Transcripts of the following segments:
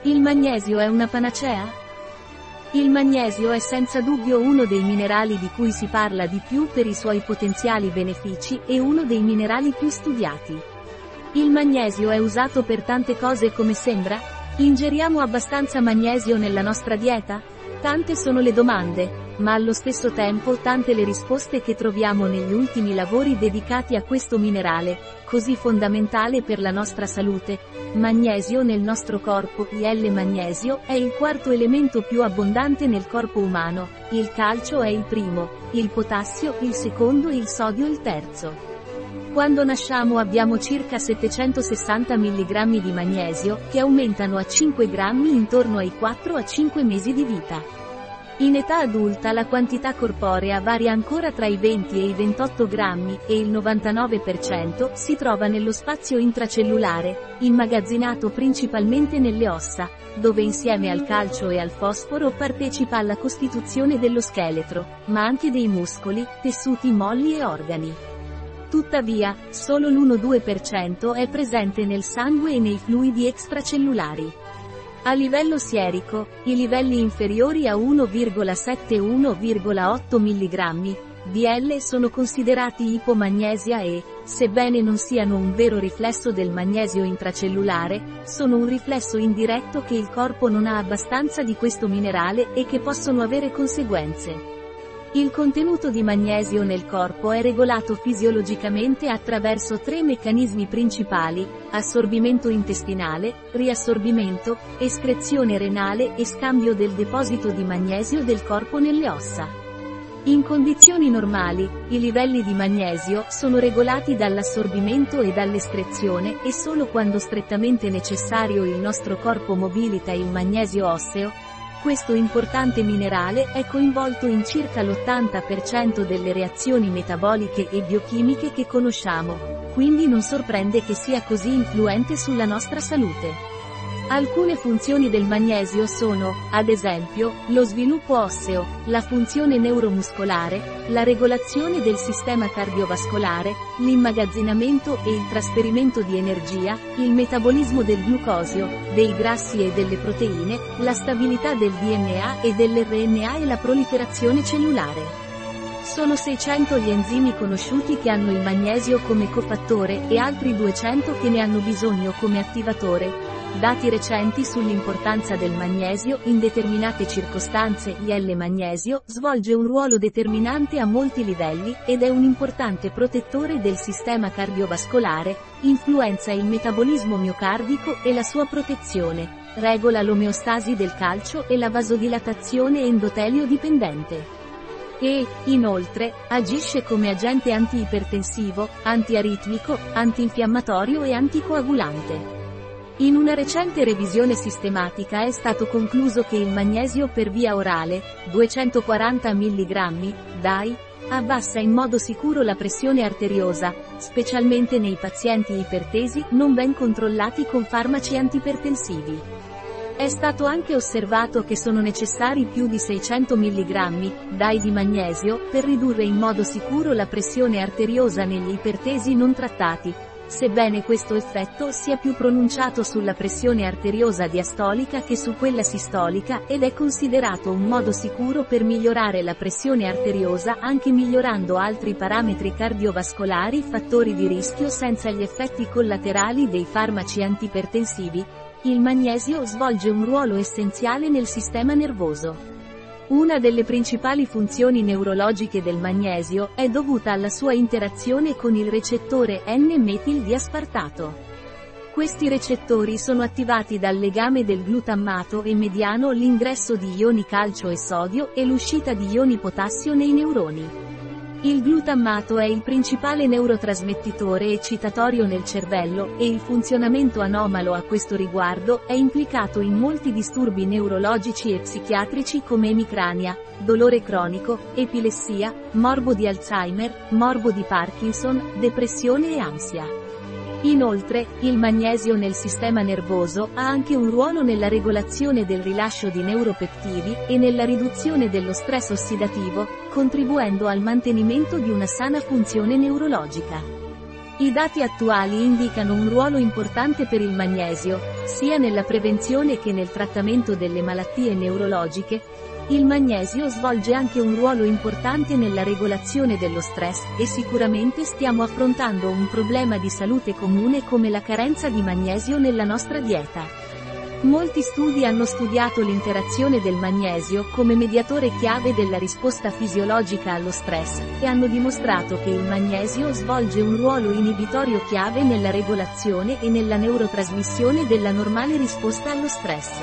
Il magnesio è una panacea? Il magnesio è senza dubbio uno dei minerali di cui si parla di più per i suoi potenziali benefici e uno dei minerali più studiati. Il magnesio è usato per tante cose come sembra? Ingeriamo abbastanza magnesio nella nostra dieta? Tante sono le domande, ma allo stesso tempo tante le risposte che troviamo negli ultimi lavori dedicati a questo minerale, così fondamentale per la nostra salute. Magnesio nel nostro corpo. Il-magnesio è il quarto elemento più abbondante nel corpo umano, il calcio è il primo, il potassio il secondo e il sodio il terzo. Quando nasciamo abbiamo circa 760 mg di magnesio, che aumentano a 5 grammi intorno ai 4 a 5 mesi di vita. In età adulta la quantità corporea varia ancora tra i 20 e i 28 grammi, e il 99% si trova nello spazio intracellulare, immagazzinato principalmente nelle ossa, dove insieme al calcio e al fosforo partecipa alla costituzione dello scheletro, ma anche dei muscoli, tessuti molli e organi. Tuttavia, solo l'1-2% è presente nel sangue e nei fluidi extracellulari. A livello sierico, i livelli inferiori a 1,7-1,8 mg DL sono considerati ipomagnesia e, sebbene non siano un vero riflesso del magnesio intracellulare, sono un riflesso indiretto che il corpo non ha abbastanza di questo minerale e che possono avere conseguenze. Il contenuto di magnesio nel corpo è regolato fisiologicamente attraverso 3 meccanismi principali: assorbimento intestinale, riassorbimento, escrezione renale e scambio del deposito di magnesio del corpo nelle ossa. In condizioni normali, i livelli di magnesio sono regolati dall'assorbimento e dall'escrezione e solo quando strettamente necessario il nostro corpo mobilita il magnesio osseo. Questo importante minerale è coinvolto in circa l'80% delle reazioni metaboliche e biochimiche che conosciamo, quindi non sorprende che sia così influente sulla nostra salute. Alcune funzioni del magnesio sono, ad esempio, lo sviluppo osseo, la funzione neuromuscolare, la regolazione del sistema cardiovascolare, l'immagazzinamento e il trasferimento di energia, il metabolismo del glucosio, dei grassi e delle proteine, la stabilità del DNA e dell'RNA e la proliferazione cellulare. Sono 600 gli enzimi conosciuti che hanno il magnesio come cofattore e altri 200 che ne hanno bisogno come attivatore. Dati recenti sull'importanza del magnesio in determinate circostanze. Il-magnesio svolge un ruolo determinante a molti livelli ed è un importante protettore del sistema cardiovascolare, influenza il metabolismo miocardico e la sua protezione, regola l'omeostasi del calcio e la vasodilatazione endotelio dipendente. E, inoltre, agisce come agente antiipertensivo, antiaritmico, antinfiammatorio e anticoagulante. In una recente revisione sistematica è stato concluso che il magnesio per via orale, 240 mg, DAI, abbassa in modo sicuro la pressione arteriosa, specialmente nei pazienti ipertesi non ben controllati con farmaci antipertensivi. È stato anche osservato che sono necessari più di 600 mg, DAI di magnesio, per ridurre in modo sicuro la pressione arteriosa negli ipertesi non trattati, sebbene questo effetto sia più pronunciato sulla pressione arteriosa diastolica che su quella sistolica ed è considerato un modo sicuro per migliorare la pressione arteriosa anche migliorando altri parametri cardiovascolari fattori di rischio senza gli effetti collaterali dei farmaci antipertensivi. Il magnesio svolge un ruolo essenziale nel sistema nervoso. Una delle principali funzioni neurologiche del magnesio è dovuta alla sua interazione con il recettore N-metil-diaspartato. Questi recettori sono attivati dal legame del glutammato e mediano l'ingresso di ioni calcio e sodio e l'uscita di ioni potassio nei neuroni. Il glutammato è il principale neurotrasmettitore eccitatorio nel cervello, e il funzionamento anomalo a questo riguardo è implicato in molti disturbi neurologici e psichiatrici come emicrania, dolore cronico, epilessia, morbo di Alzheimer, morbo di Parkinson, depressione e ansia. Inoltre, il magnesio nel sistema nervoso ha anche un ruolo nella regolazione del rilascio di neuropeptidi e nella riduzione dello stress ossidativo, contribuendo al mantenimento di una sana funzione neurologica. I dati attuali indicano un ruolo importante per il magnesio, sia nella prevenzione che nel trattamento delle malattie neurologiche. Il magnesio svolge anche un ruolo importante nella regolazione dello stress, e sicuramente stiamo affrontando un problema di salute comune come la carenza di magnesio nella nostra dieta. Molti studi hanno studiato l'interazione del magnesio come mediatore chiave della risposta fisiologica allo stress, e hanno dimostrato che il magnesio svolge un ruolo inibitorio chiave nella regolazione e nella neurotrasmissione della normale risposta allo stress.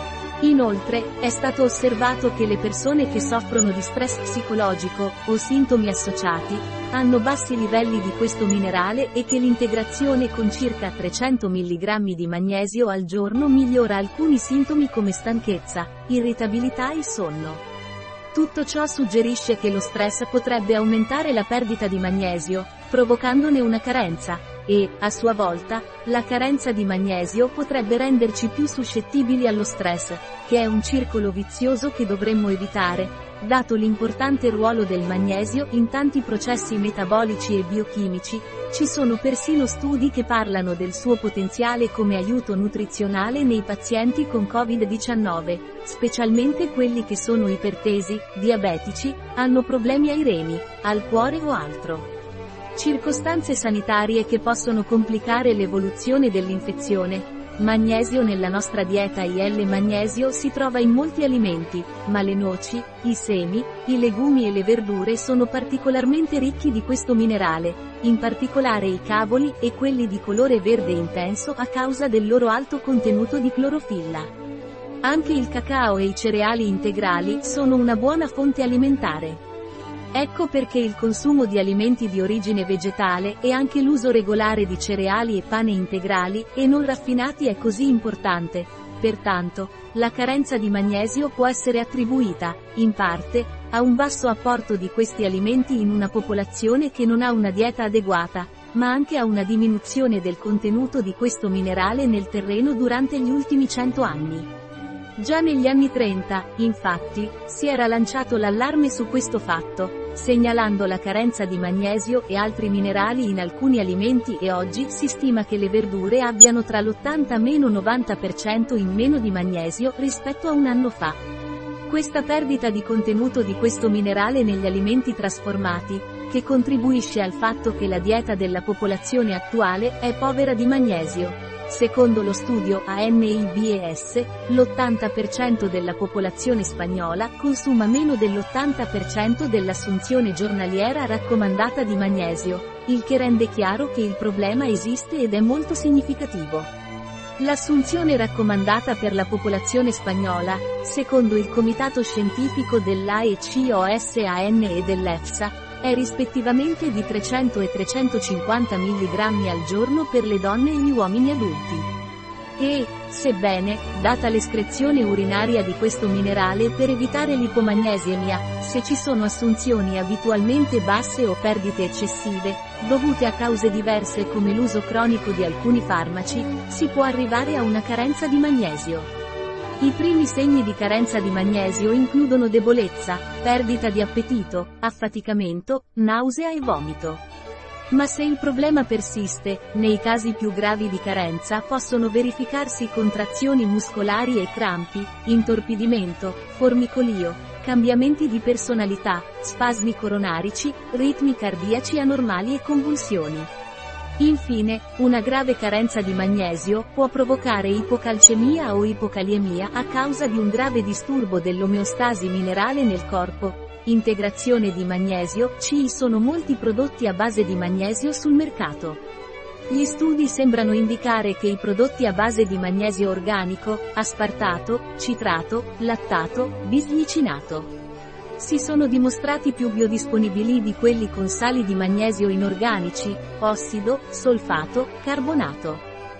Inoltre, è stato osservato che le persone che soffrono di stress psicologico, o sintomi associati, hanno bassi livelli di questo minerale e che l'integrazione con circa 300 mg di magnesio al giorno migliora alcuni sintomi come stanchezza, irritabilità e sonno. Tutto ciò suggerisce che lo stress potrebbe aumentare la perdita di magnesio, provocandone una carenza, e, a sua volta, la carenza di magnesio potrebbe renderci più suscettibili allo stress, che è un circolo vizioso che dovremmo evitare, dato l'importante ruolo del magnesio in tanti processi metabolici e biochimici. Ci sono persino studi che parlano del suo potenziale come aiuto nutrizionale nei pazienti con Covid-19, specialmente quelli che sono ipertesi, diabetici, hanno problemi ai reni, al cuore o altro. Circostanze sanitarie che possono complicare l'evoluzione dell'infezione. Magnesio nella nostra dieta. Il magnesio si trova in molti alimenti, ma le noci, i semi, i legumi e le verdure sono particolarmente ricchi di questo minerale, in particolare i cavoli e quelli di colore verde intenso a causa del loro alto contenuto di clorofilla. Anche il cacao e i cereali integrali sono una buona fonte alimentare. Ecco perché il consumo di alimenti di origine vegetale e anche l'uso regolare di cereali e pane integrali e non raffinati è così importante. Pertanto, la carenza di magnesio può essere attribuita, in parte, a un basso apporto di questi alimenti in una popolazione che non ha una dieta adeguata, ma anche a una diminuzione del contenuto di questo minerale nel terreno durante gli ultimi 100 anni. Già negli anni 30, infatti, si era lanciato l'allarme su questo fatto, segnalando la carenza di magnesio e altri minerali in alcuni alimenti, e oggi si stima che le verdure abbiano tra l'80 e il 90% in meno di magnesio rispetto a un anno fa. Questa perdita di contenuto di questo minerale negli alimenti trasformati, che contribuisce al fatto che la dieta della popolazione attuale è povera di magnesio. Secondo lo studio ANIBES, l'80% della popolazione spagnola consuma meno dell'80% dell'assunzione giornaliera raccomandata di magnesio, il che rende chiaro che il problema esiste ed è molto significativo. L'assunzione raccomandata per la popolazione spagnola, secondo il comitato scientifico dell'AECOSAN e dell'EFSA, è rispettivamente di 300 e 350 mg al giorno per le donne e gli uomini adulti. E, sebbene, data l'escrezione urinaria di questo minerale per evitare l'ipomagnesemia, se ci sono assunzioni abitualmente basse o perdite eccessive, dovute a cause diverse come l'uso cronico di alcuni farmaci, si può arrivare a una carenza di magnesio. I primi segni di carenza di magnesio includono debolezza, perdita di appetito, affaticamento, nausea e vomito. Ma se il problema persiste, nei casi più gravi di carenza possono verificarsi contrazioni muscolari e crampi, intorpidimento, formicolio, cambiamenti di personalità, spasmi coronarici, ritmi cardiaci anormali e convulsioni. Infine, una grave carenza di magnesio può provocare ipocalcemia o ipokaliemia a causa di un grave disturbo dell'omeostasi minerale nel corpo. Integrazione di magnesio. Ci sono molti prodotti a base di magnesio sul mercato. Gli studi sembrano indicare che i prodotti a base di magnesio organico, aspartato, citrato, lattato, bisglicinato, si sono dimostrati più biodisponibili di quelli con sali di magnesio inorganici, ossido, solfato, carbonato.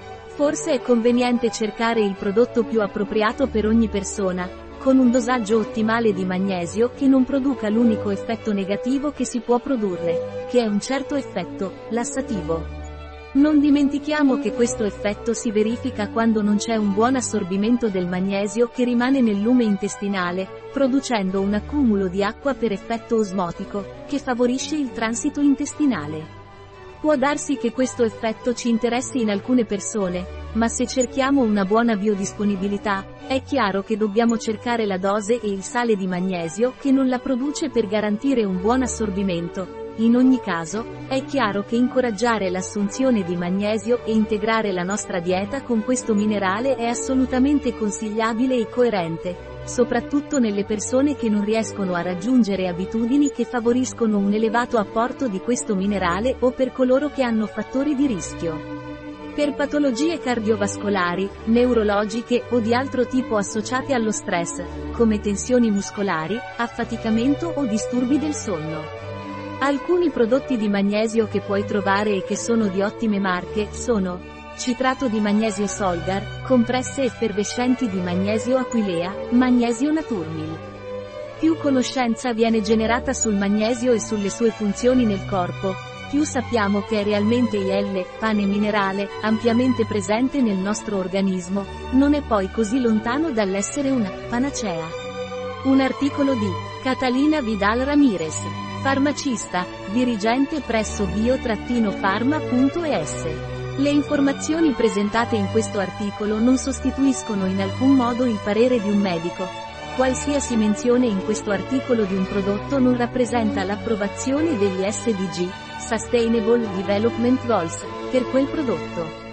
Forse è conveniente cercare il prodotto più appropriato per ogni persona, con un dosaggio ottimale di magnesio che non produca l'unico effetto negativo che si può produrre, che è un certo effetto lassativo. Non dimentichiamo che questo effetto si verifica quando non c'è un buon assorbimento del magnesio che rimane nel lume intestinale, producendo un accumulo di acqua per effetto osmotico, che favorisce il transito intestinale. Può darsi che questo effetto ci interessi in alcune persone, ma se cerchiamo una buona biodisponibilità, è chiaro che dobbiamo cercare la dose e il sale di magnesio che non la produce per garantire un buon assorbimento. In ogni caso, è chiaro che incoraggiare l'assunzione di magnesio e integrare la nostra dieta con questo minerale è assolutamente consigliabile e coerente, soprattutto nelle persone che non riescono a raggiungere abitudini che favoriscono un elevato apporto di questo minerale o per coloro che hanno fattori di rischio. Per patologie cardiovascolari, neurologiche o di altro tipo associate allo stress, come tensioni muscolari, affaticamento o disturbi del sonno. Alcuni prodotti di magnesio che puoi trovare e che sono di ottime marche sono citrato di magnesio Solgar, compresse effervescenti di magnesio Aquilea, magnesio Naturmil. Più conoscenza viene generata sul magnesio e sulle sue funzioni nel corpo, più sappiamo che è realmente il pane minerale, ampiamente presente nel nostro organismo, non è poi così lontano dall'essere una panacea. Un articolo di Catalina Vidal Ramirez, farmacista, dirigente presso bio-pharma.es. Le informazioni presentate in questo articolo non sostituiscono in alcun modo il parere di un medico. Qualsiasi menzione in questo articolo di un prodotto non rappresenta l'approvazione degli SDG, Sustainable Development Goals, per quel prodotto.